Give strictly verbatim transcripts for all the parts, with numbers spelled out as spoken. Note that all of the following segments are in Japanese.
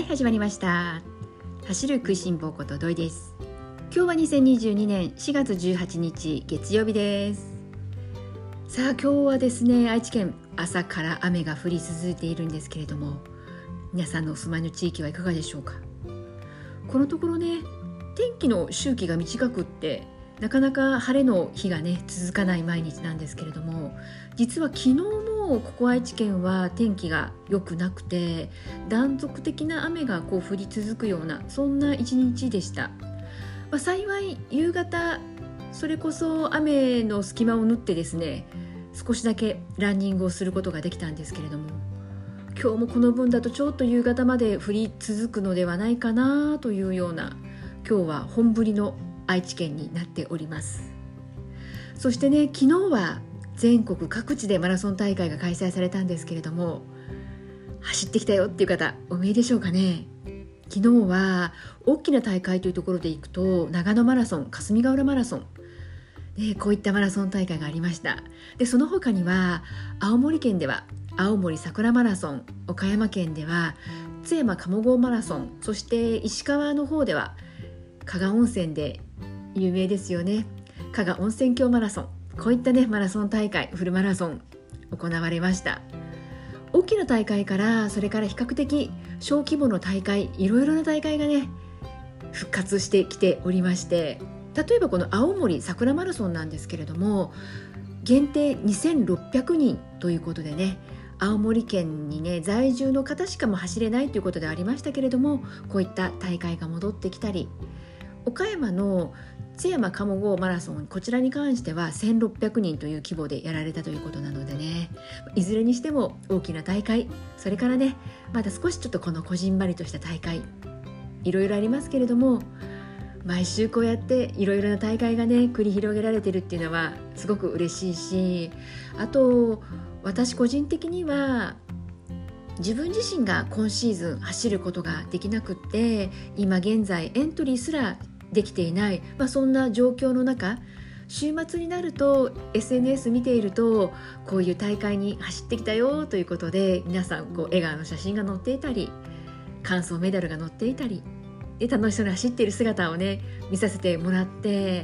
はい始まりました。走る食いしん坊こと土井です。今日はにせんにじゅうにねんしがつじゅうはちにち月曜日です。さあ今日はですね、愛知県朝から雨が降り続いているんですけれども、皆さんのお住まいの地域はいかがでしょうか。このところね、天気の周期が短くってなかなか晴れの日がね続かない毎日なんですけれども、実は昨日もここ愛知県は天気が良くなくて断続的な雨がこう降り続くようなそんな一日でした。まあ、幸い夕方それこそ雨の隙間を縫ってですね、少しだけランニングをすることができたんですけれども、今日もこの分だとちょっと夕方まで降り続くのではないかなというような、今日は本降りの愛知県になっております。そしてね、昨日は全国各地でマラソン大会が開催されたんですけれども、走ってきたよっていう方お見えでしょうかね。昨日は大きな大会というところでいくと長野マラソン、霞ヶ浦マラソン、ね、こういったマラソン大会がありました。でその他には青森県では青森桜マラソン、岡山県では津山鴨郷マラソン、そして石川の方では加賀温泉で有名ですよね、加賀温泉郷マラソン、こういったねマラソン大会、フルマラソン行われました。大きな大会からそれから比較的小規模の大会、いろいろな大会がね復活してきておりまして、例えばこの青森桜マラソンなんですけれども、限定にせんろっぴゃくにんということでね、青森県にね在住の方しかも走れないということでありましたけれども、こういった大会が戻ってきたり、岡山の津山鴨郷マラソン、こちらに関してはせんろっぴゃくにんという規模でやられたということなのでね、いずれにしても大きな大会、それからねまた少しちょっとこのこじんまりとした大会、いろいろありますけれども、毎週こうやっていろいろな大会がね繰り広げられてるっていうのはすごく嬉しいし、あと私個人的には自分自身が今シーズン走ることができなくって、今現在エントリーすらできていない、まあ、そんな状況の中、週末になると エスエヌエス 見ているとこういう大会に走ってきたよということで、皆さんこう笑顔の写真が載っていたり、完走メダルが載っていたりで、楽しそうに走っている姿をね見させてもらって、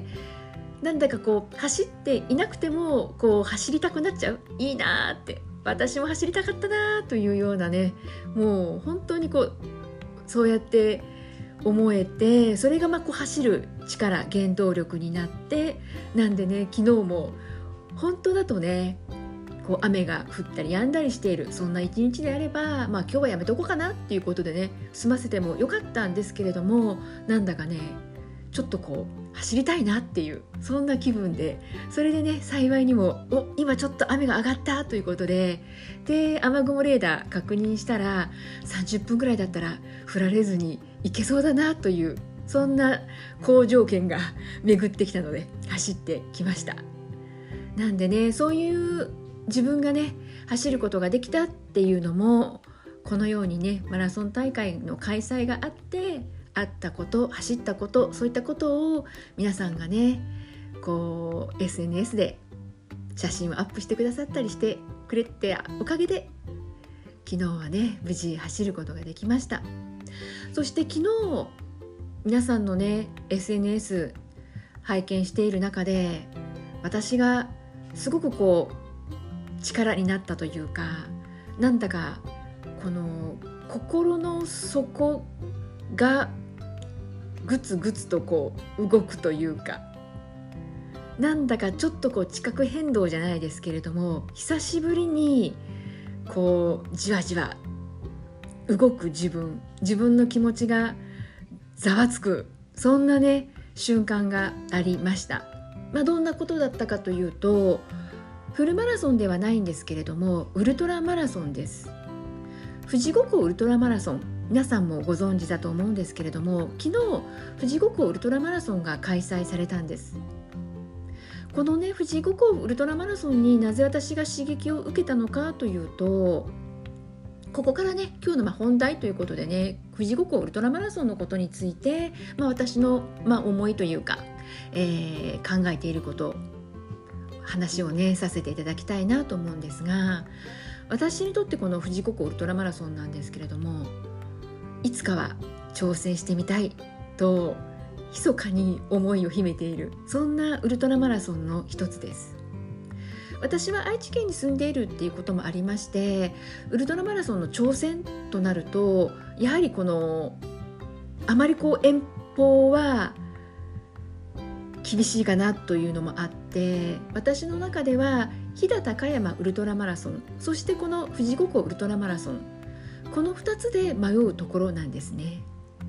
なんだかこう走っていなくてもこう走りたくなっちゃう、いいなって、私も走りたかったなというようなね、もう本当にこうそうやって思えて、それがまあこう走る力、原動力になって、なんでね昨日も本当だとねこう雨が降ったり止んだりしている、そんな一日であれば、まあ、今日はやめとこうかなっていうことでね済ませてもよかったんですけれども、なんだかねちょっとこう走りたいなっていうそんな気分で、それでね幸いにもお今ちょっと雨が上がったということで、で雨雲レーダー確認したらさんじゅっぷんぐらいだったら降られずに行けそうだなという、そんな好条件が巡ってきたので走ってきました。なんでね、そういう自分がね走ることができたっていうのも、このようにねマラソン大会の開催があってあったこと、走ったこと、そういったことを皆さんがねこう エスエヌエス で写真をアップしてくださったりしてくれておかげで、昨日はね無事走ることができました。そして昨日皆さんのね エスエヌエス 拝見している中で、私がすごくこう力になったというか、なんだかこの心の底がグツグツとこう動くというか、なんだかちょっとこう地殻変動じゃないですけれども、久しぶりにこうじわじわ動く自分、自分の気持ちがざわつく、そんなね瞬間がありました。まあ、どんなことだったかというと、フルマラソンではないんですけれどもウルトラマラソンです。富士五湖ウルトラマラソン、皆さんもご存知だと思うんですけれども、昨日富士五湖ウルトラマラソンが開催されたんです。このね富士五湖ウルトラマラソンになぜ私が刺激を受けたのかというと、ここからね今日のまあ本題ということでね、富士五湖ウルトラマラソンのことについて、まあ、私のまあ思いというか、えー、考えていること話をねさせていただきたいなと思うんですが、私にとってこの富士五湖ウルトラマラソンなんですけれども、 いつかは挑戦してみたいと密かに思いを秘めている、そんなウルトラマラソンの一つです。私は愛知県に住んでいるっていうこともありまして、ウルトラマラソンの挑戦となるとやはりこのあまりこう遠方は厳しいかなというのもあって、私の中では飛騨高山ウルトラマラソン、そしてこの富士五湖ウルトラマラソン、このふたつで迷うところなんですね。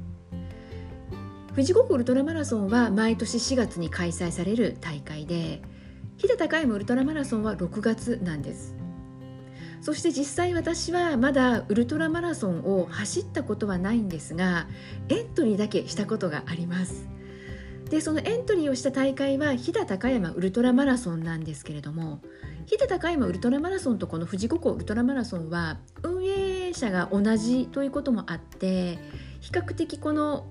富士五湖ウルトラマラソンは毎年しがつに開催される大会で、飛騨高山ウルトラマラソンはろくがつなんです。そして実際私はまだウルトラマラソンを走ったことはないんですが、エントリーだけしたことがあります。でそのエントリーをした大会は飛騨高山ウルトラマラソンなんですけれども、飛騨高山ウルトラマラソンとこの富士五湖ウルトラマラソンは運営者が同じということもあって、比較的この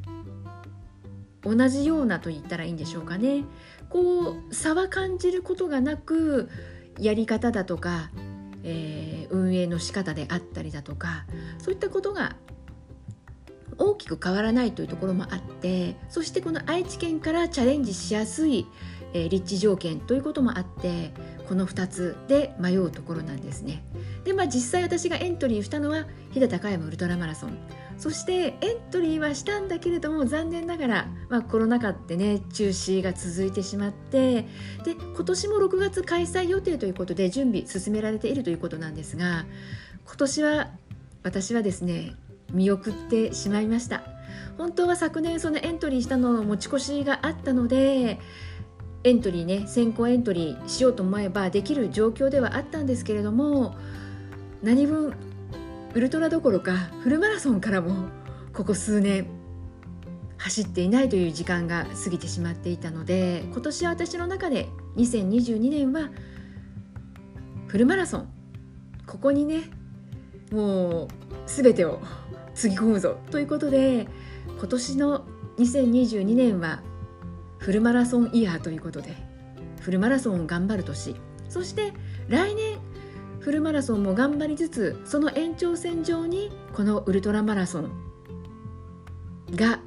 同じようなと言ったらいいんでしょうかね、こう差は感じることがなく、やり方だとか、えー、運営の仕方であったりだとか、そういったことが大きく変わらないというところもあって、そしてこの愛知県からチャレンジしやすい、えー、立地条件ということもあって、このふたつで迷うところなんですね。で、まあ、実際私がエントリーしたのは飛騨高山ウルトラマラソン、そしてエントリーはしたんだけれども、残念ながら、まあ、コロナ禍ってね中止が続いてしまって、で今年もろくがつ開催予定ということで準備進められているということなんですが、今年は私はですね見送ってしまいました。本当は昨年そのエントリーしたのの持ち越しがあったので、エントリーね先行エントリーしようと思えばできる状況ではあったんですけれども、何分ウルトラどころかフルマラソンからもここ数年走っていないという時間が過ぎてしまっていたので、今年は私の中でにせんにじゅうにねんはフルマラソン、ここにねもう全てをつぎ込むぞということで、今年のにせんにじゅうにねんはフルマラソンイヤーということで、フルマラソンを頑張る年、そして来年フルマラソンも頑張りつつ、その延長線上にこのウルトラマラソンが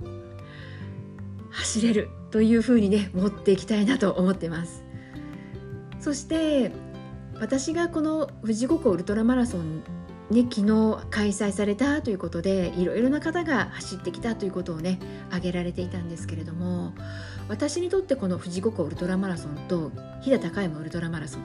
走れるというふうにね持っていきたいなと思ってます。そして私がこの富士五湖ウルトラマラソンね、昨日開催されたということで、いろいろな方が走ってきたということをね挙げられていたんですけれども、私にとってこの富士五湖ウルトラマラソンと飛騨高山ウルトラマラソン、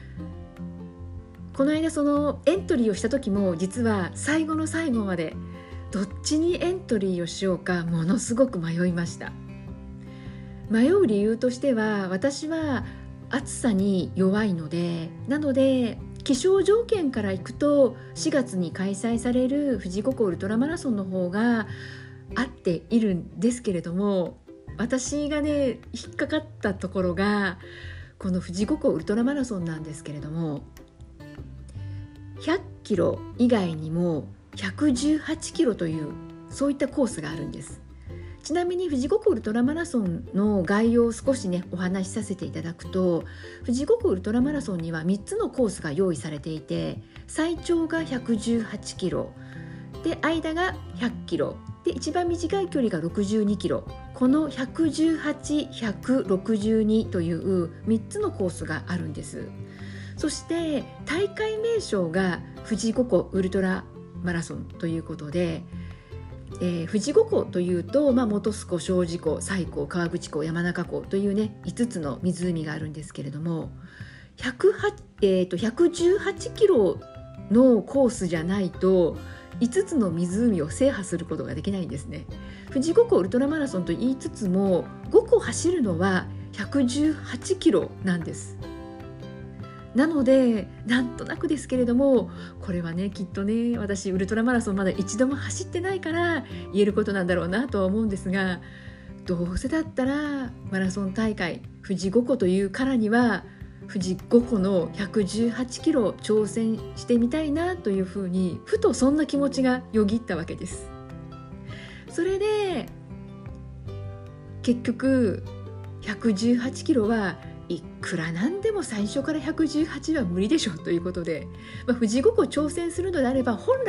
この間そのエントリーをした時も実は最後の最後までどっちにエントリーをしようかものすごく迷いました。迷う理由としては、私は暑さに弱いので、なので気象条件からいくとしがつに開催される富士五湖ウルトラマラソンの方が合っているんですけれども、私がね引っかかったところがこの富士五湖ウルトラマラソンなんですけれども、ひゃっキロ以外にもひゃくじゅうはちキロというそういったコースがあるんです。ちなみに富士五湖ウルトラマラソンの概要を少しねお話しさせていただくと、富士五湖ウルトラマラソンにはみっつのコースが用意されていて、最長がひゃくじゅうはちキロで、間がひゃっキロで、一番短い距離がろくじゅうにキロ、このひゃくじゅうはち、ひゃくろくじゅうにというみっつのコースがあるんです。そして大会名称が富士五湖ウルトラマラソンということで、えー、富士五湖というと、まあ、本栖湖、精進湖、西湖、河口湖、山中湖というねいつつの湖があるんですけれども、ひゃくはち、えーと、ひゃくじゅうはちキロのコースじゃないといつつの湖を制覇することができないんですね。富士五湖ウルトラマラソンと言いつつもごこ走るのはひゃくじゅうはちキロなんです。なのでなんとなくですけれども、これはねきっとね私ウルトラマラソンまだ一度も走ってないから言えることなんだろうなとは思うんですが、どうせだったらマラソン大会富士五湖というからには富士五湖のひゃくじゅうはちキロ挑戦してみたいなというふうにふとそんな気持ちがよぎったわけです。それで結局ひゃくじゅうはちキロはいくらなんでも最初からひゃくじゅうはちは無理でしょということで、まあ、富士五湖挑戦するのであれば本来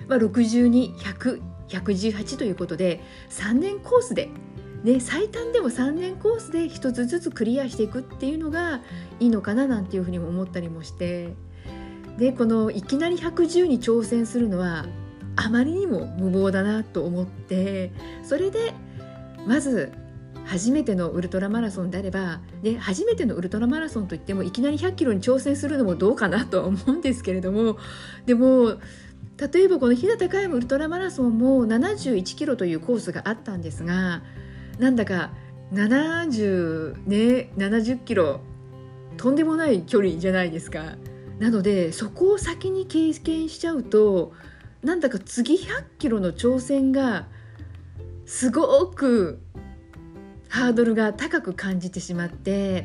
まあ、ろくじゅうに、ひゃく、ひゃくじゅうはちということでさんねんコースで、ね、最短でもさんねんコースで一つずつクリアしていくっていうのがいいのかななんていうふうにも思ったりもして、でこのいきなりひゃくじゅうに挑戦するのはあまりにも無謀だなと思って、それでまず初めてのウルトラマラソンであれば、で初めてのウルトラマラソンといってもいきなりひゃっキロに挑戦するのもどうかなとは思うんですけれども、でも例えばこの飛騨高山ウルトラマラソンもななじゅういちキロというコースがあったんですが、なんだかななじゅう、ね、ななじゅっキロとんでもない距離じゃないですか。なのでそこを先に経験しちゃうと、なんだか次ひゃっキロの挑戦がすごくハードルが高く感じてしまって、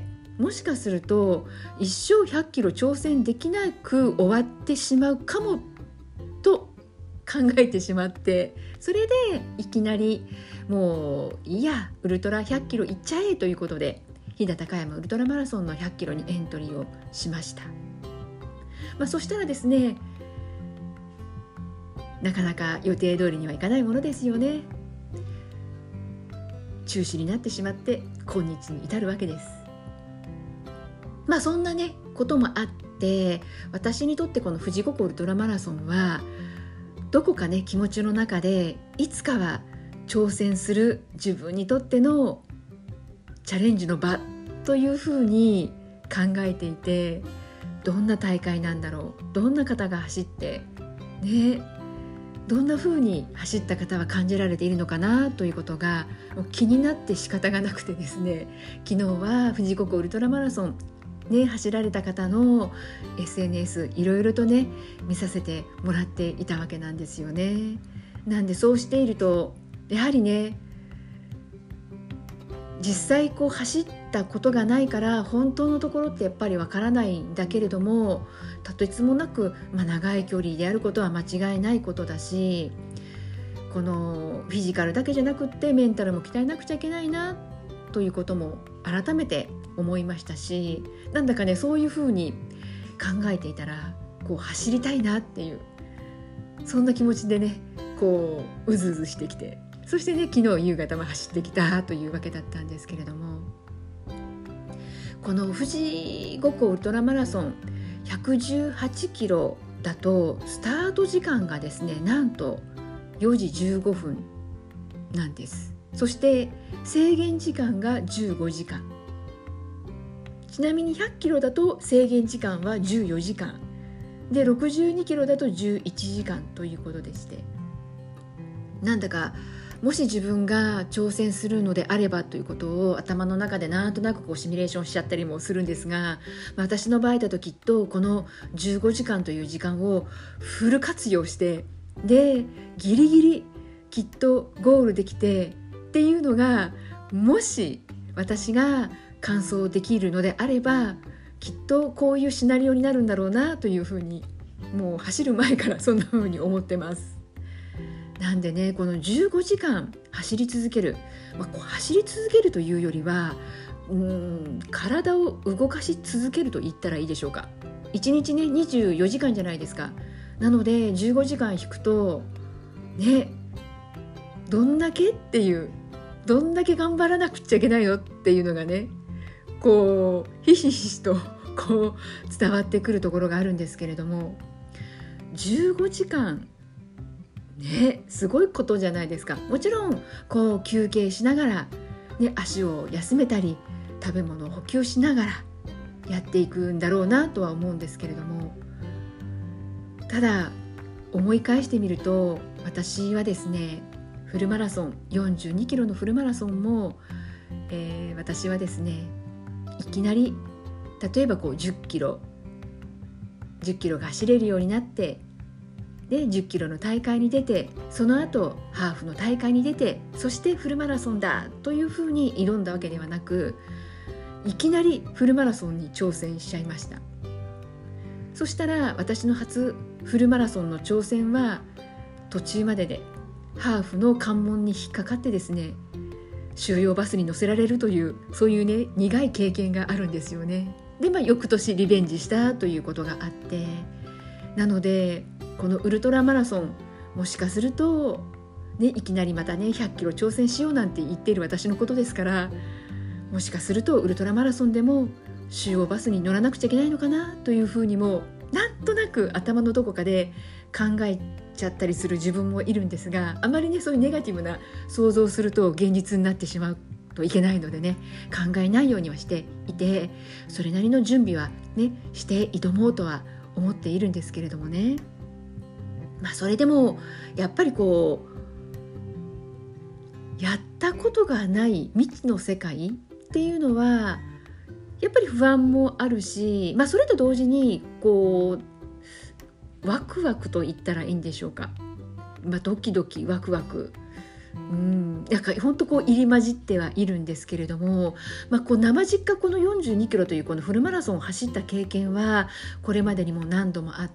もしかすると一生ひゃっキロ挑戦できなく終わってしまうかもと考えてしまって、それでいきなりもういいやウルトラひゃっキロ行っちゃえということで飛騨高山ウルトラマラソンのひゃっキロにエントリーをしました。まあ、そしたらですね、なかなか予定通りにはいかないものですよね。中止になってしまって今日に至るわけです。まあそんなねこともあって、私にとってこの富士五湖ウルトラマラソンはどこかね気持ちの中でいつかは挑戦する自分にとってのチャレンジの場というふうに考えていて、どんな大会なんだろう、どんな方が走ってね、どんな風に走った方は感じられているのかなということがもう気になって仕方がなくてですね、昨日は富士五湖ウルトラマラソン、ね、走られた方の エスエヌエス いろいろとね見させてもらっていたわけなんですよね。なんでそうしているとやはりね、実際こう走ったことがないから本当のところってやっぱりわからないんだけれども、とてつもなく、まあ、長い距離であることは間違いないことだし、このフィジカルだけじゃなくってメンタルも鍛えなくちゃいけないなということも改めて思いましたし、なんだかねそういうふうに考えていたらこう走りたいなっていう、そんな気持ちでねこううずうずしてきて、そしてね昨日夕方も走ってきたというわけだったんですけれども、この富士五湖ウルトラマラソンひゃくじゅうはちキロだとスタート時間がですねなんとよじじゅうごふんなんです。そして制限時間がじゅうごじかん、ちなみにひゃっキロだと制限時間はじゅうよじかんで、ろくじゅうにキロだとじゅういちじかんということでして、なんだかもし自分が挑戦するのであればということを頭の中でなんとなくこうシミュレーションしちゃったりもするんですが、まあ、私の場合だときっとこのじゅうごじかんという時間をフル活用して、でギリギリきっとゴールできてっていうのが、もし私が完走できるのであればきっとこういうシナリオになるんだろうなというふうに、もう走る前からそんなふうに思ってます。なんでねこのじゅうごじかん走り続ける、まあ、こう走り続けるというよりはうーん体を動かし続けると言ったらいいでしょうか。いちにちねにじゅうよじかんじゃないですか。なのでじゅうごじかん引くとね、どんだけっていう、どんだけ頑張らなくちゃいけないのっていうのがねこうひしひしとこう伝わってくるところがあるんですけれども、じゅうごじかんね、すごいことじゃないですか。もちろんこう休憩しながら、ね、足を休めたり食べ物を補給しながらやっていくんだろうなとは思うんですけれども、ただ思い返してみると私はですねフルマラソンよんじゅうにキロのフルマラソンも、えー、私はですねいきなり例えばこうじゅっキロじゅっキロが走れるようになって、でじゅっキロの大会に出て、その後ハーフの大会に出て、そしてフルマラソンだというふうに挑んだわけではなく、いきなりフルマラソンに挑戦しちゃいました。そしたら私の初フルマラソンの挑戦は途中まででハーフの関門に引っかかってですね、収容バスに乗せられるという、そういうね苦い経験があるんですよね。で、まあ、翌年リベンジしたということがあって、なのでこのウルトラマラソンもしかすると、ね、いきなりまたねひゃっキロ挑戦しようなんて言っている私のことですから、もしかするとウルトラマラソンでも集合バスに乗らなくちゃいけないのかなというふうにもなんとなく頭のどこかで考えちゃったりする自分もいるんですが、あまりねそういうネガティブな想像をすると現実になってしまうといけないのでね、考えないようにはしていて、それなりの準備はねして挑もうとは思っているんですけれどもね、まあそれでもやっぱりこうやったことがない未知の世界っていうのはやっぱり不安もあるし、まあそれと同時にこうワクワクと言ったらいいんでしょうか、まあ、ドキドキワクワク、うんなんか本当こう入り混じってはいるんですけれども、まあ、こう生実家このよんじゅうにキロというこのフルマラソンを走った経験はこれまでにも何度もあって、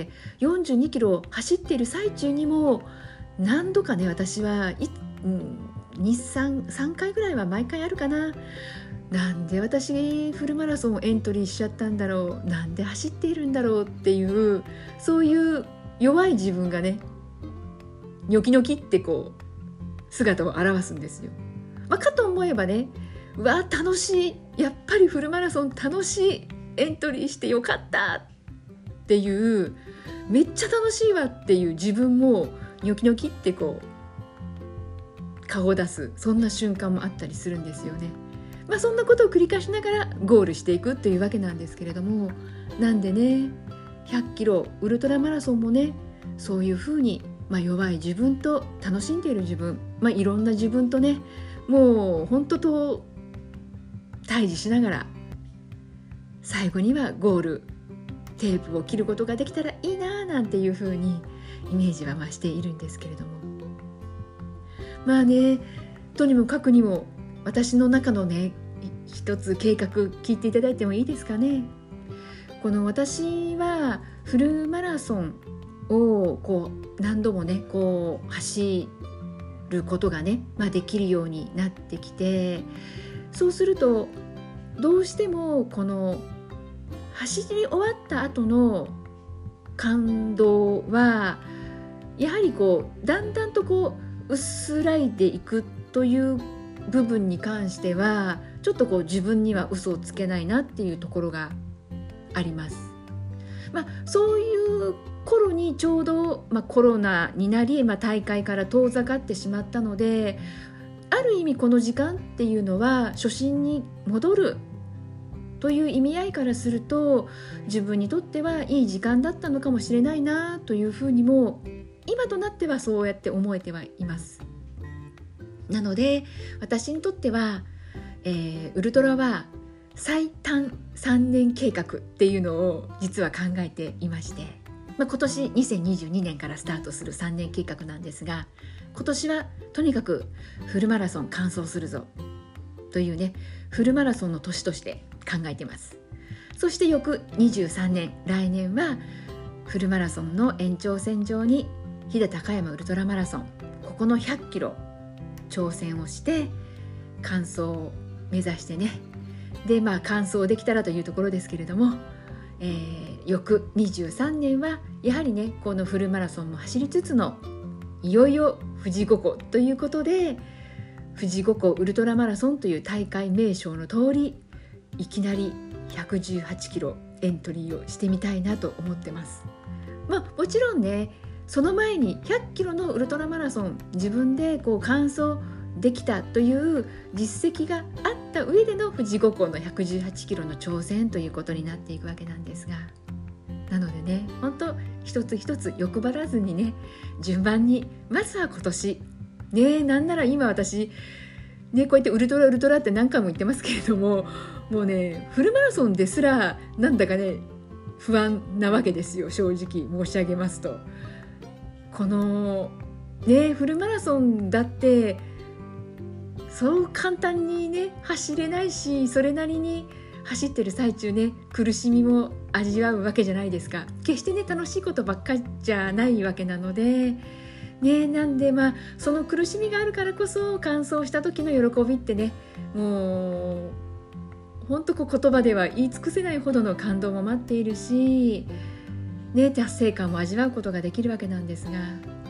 よんじゅうにキロを走っている最中にも何度かね私はい、うん、に、さん、さんかいぐらいは毎回あるかな、なんで私フルマラソンをエントリーしちゃったんだろう、なんで走っているんだろうっていう、そういう弱い自分がねニョキニョキってこう姿を現すんですよ。まあ、かと思えばね、うわ楽しい、やっぱりフルマラソン楽しい、エントリーしてよかったっていう、めっちゃ楽しいわっていう自分もニョキニョキってこう顔を出す、そんな瞬間もあったりするんですよね。まあ、そんなことを繰り返しながらゴールしていくっていうわけなんですけれども、なんでねひゃっキロウルトラマラソンもねそういうふうに、まあ、弱い自分と楽しんでいる自分、まあ、いろんな自分とねもう本当と対峙しながら最後にはゴールテープを切ることができたらいいななんていうふうにイメージは増しているんですけれども、まあねとにもかくにも私の中のね一つ計画聞いていただいてもいいですかね。この私はフルマラソンをこう何度もねこう走ることがね、まあ、できるようになってきて、そうするとどうしてもこの走り終わった後の感動はやはりこうだんだんとこう薄らいでいくという部分に関してはちょっとこう自分には嘘をつけないなっていうところがあります。まあ、そういう頃にちょうど、まあ、コロナになり、まあ、大会から遠ざかってしまったので、ある意味この時間っていうのは初心に戻るという意味合いからすると自分にとってはいい時間だったのかもしれないなというふうにも今となってはそうやって思えてはいます。なので私にとっては、えー、ウルトラは最短さんねん計画っていうのを実は考えていまして、まあ、今年にせんにじゅうにねんからスタートするさんねん計画なんですが、今年はとにかくフルマラソン完走するぞというねフルマラソンの年として考えています。そして翌にじゅうさんねん来年はフルマラソンの延長線上に飛騨高山ウルトラマラソン、ここのひゃっキロ挑戦をして完走を目指してね、でまあ完走できたらというところですけれども、えー、翌にじゅうさんねんはやはりねこのフルマラソンも走りつつのいよいよ富士五湖ということで、富士五湖ウルトラマラソンという大会名称の通りいきなりひゃくじゅうはちキロエントリーをしてみたいなと思ってます。まあもちろんねその前にひゃっキロのウルトラマラソン自分でこう完走できたという実績があった上での富士五湖のひゃくじゅうはちキロの挑戦ということになっていくわけなんですが、なのでね本当一つ一つ欲張らずにね順番に、まずは今年ね、なんなら今私ねこうやってウルトラウルトラって何回も言ってますけれども、もうねフルマラソンですらなんだかね不安なわけですよ、正直申し上げますと。このねフルマラソンだってそう簡単にね走れないし、それなりに走ってる最中ね苦しみも味わうわけじゃないですか。決してね楽しいことばっかりじゃないわけなのでね、なんでまあその苦しみがあるからこそ完走した時の喜びってねもう本当こう言葉では言い尽くせないほどの感動も待っているし、ね、達成感も味わうことができるわけなんですが、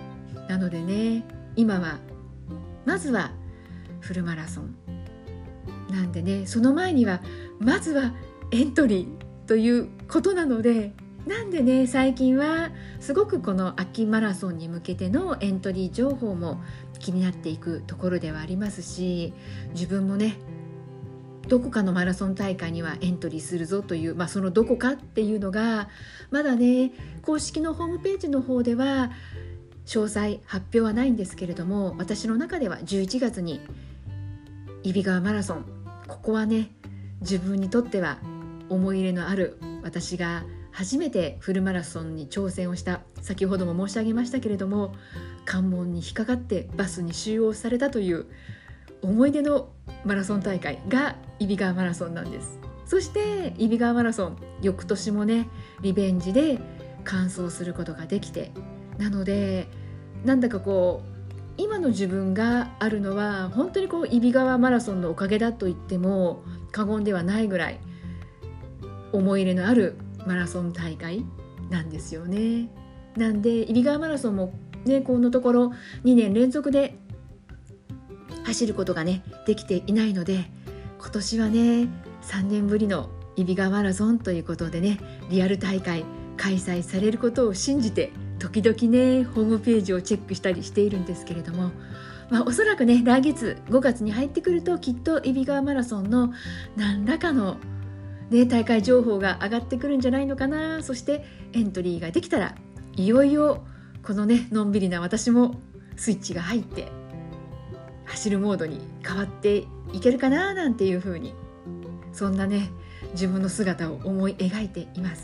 なのでね、今はまずはフルマラソンなんでね、その前にはまずはエントリーということなので、なんでね、最近はすごくこの秋マラソンに向けてのエントリー情報も気になっていくところではありますし、自分もね、どこかのマラソン大会にはエントリーするぞという、まあ、そのどこかっていうのがまだね、公式のホームページの方では詳細発表はないんですけれども、私の中ではじゅういちがつに揖斐川マラソン、ここはね、自分にとっては思い入れのある、私が初めてフルマラソンに挑戦をした、先ほども申し上げましたけれども、関門に引っかかってバスに収容されたという思い出のマラソン大会が揖斐川マラソンなんです。そして揖斐川マラソン、翌年もね、リベンジで完走することができて、なのでなんだかこう今の自分があるのは本当にこう揖斐川マラソンのおかげだと言っても過言ではないぐらい思い入れのあるマラソン大会なんですよね。なんで揖斐川マラソンもね、このところにねん連続で走ることがねできていないので、今年はねさんねんぶりの揖斐川マラソンということでね、リアル大会開催されることを信じて時々ねホームページをチェックしたりしているんですけれども、まあ、おそらくね来月ごがつに入ってくるときっと揖斐川マラソンの何らかの、ね、大会情報が上がってくるんじゃないのかな。そしてエントリーができたらいよいよこのねのんびりな私もスイッチが入って走るモードに変わっていけるかななんていう風に、そんなね自分の姿を思い描いています。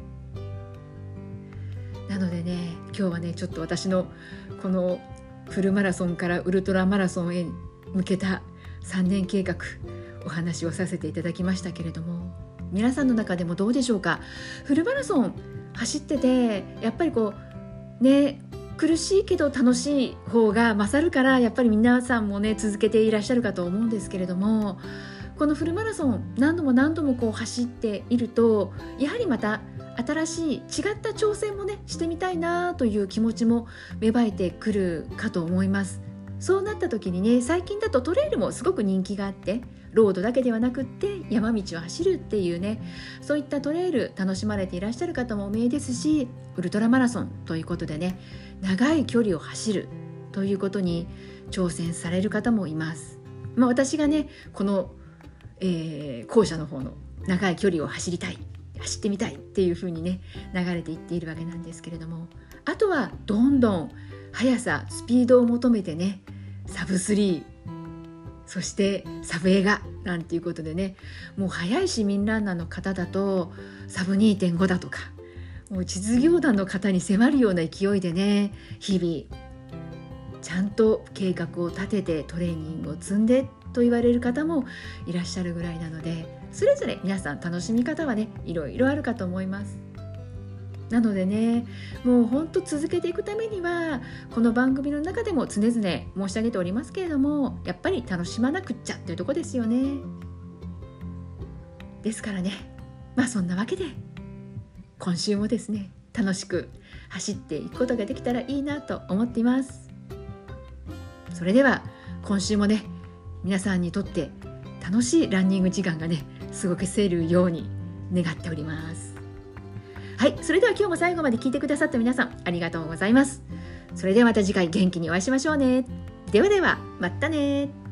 なのでね、今日はねちょっと私のこのフルマラソンからウルトラマラソンへ向けたさんねん計画お話をさせていただきましたけれども、皆さんの中でもどうでしょうか。フルマラソン走っててやっぱりこうね苦しいけど楽しい方が勝るから、やっぱり皆さんもね続けていらっしゃるかと思うんですけれども、このフルマラソン何度も何度もこう走っていると、やはりまた新しい違った挑戦もねしてみたいなという気持ちも芽生えてくるかと思います。そうなった時にね、最近だとトレイルもすごく人気があって、ロードだけではなくって山道を走るっていうね、そういったトレイル楽しまれていらっしゃる方もお見えですし、ウルトラマラソンということでね、長い距離を走るということに挑戦される方もいます。まあ、私がねこの、えー、後者の方の長い距離を走りたい、走ってみたいっていう風にね流れていっているわけなんですけれども、あとはどんどん速さスピードを求めてね、サブスリー、そしてサブ映画なんていうことでね、もう速い市民ランナーの方だとサブ にてんご だとか、もう実業団の方に迫るような勢いでね、日々ちゃんと計画を立ててトレーニングを積んでと言われる方もいらっしゃるぐらいなので、それぞれ皆さん楽しみ方はねいろいろあるかと思います。なのでね、もう本当続けていくためには、この番組の中でも常々申し上げておりますけれども、やっぱり楽しまなくっちゃっていうところですよね。ですからね、まあそんなわけで今週もですね楽しく走っていくことができたらいいなと思っています。それでは今週もね、皆さんにとって楽しいランニング時間がね過ごせるように願っております。はい、それでは今日も最後まで聞いてくださった皆さんありがとうございます。それではまた次回元気にお会いしましょうね。ではではまたね。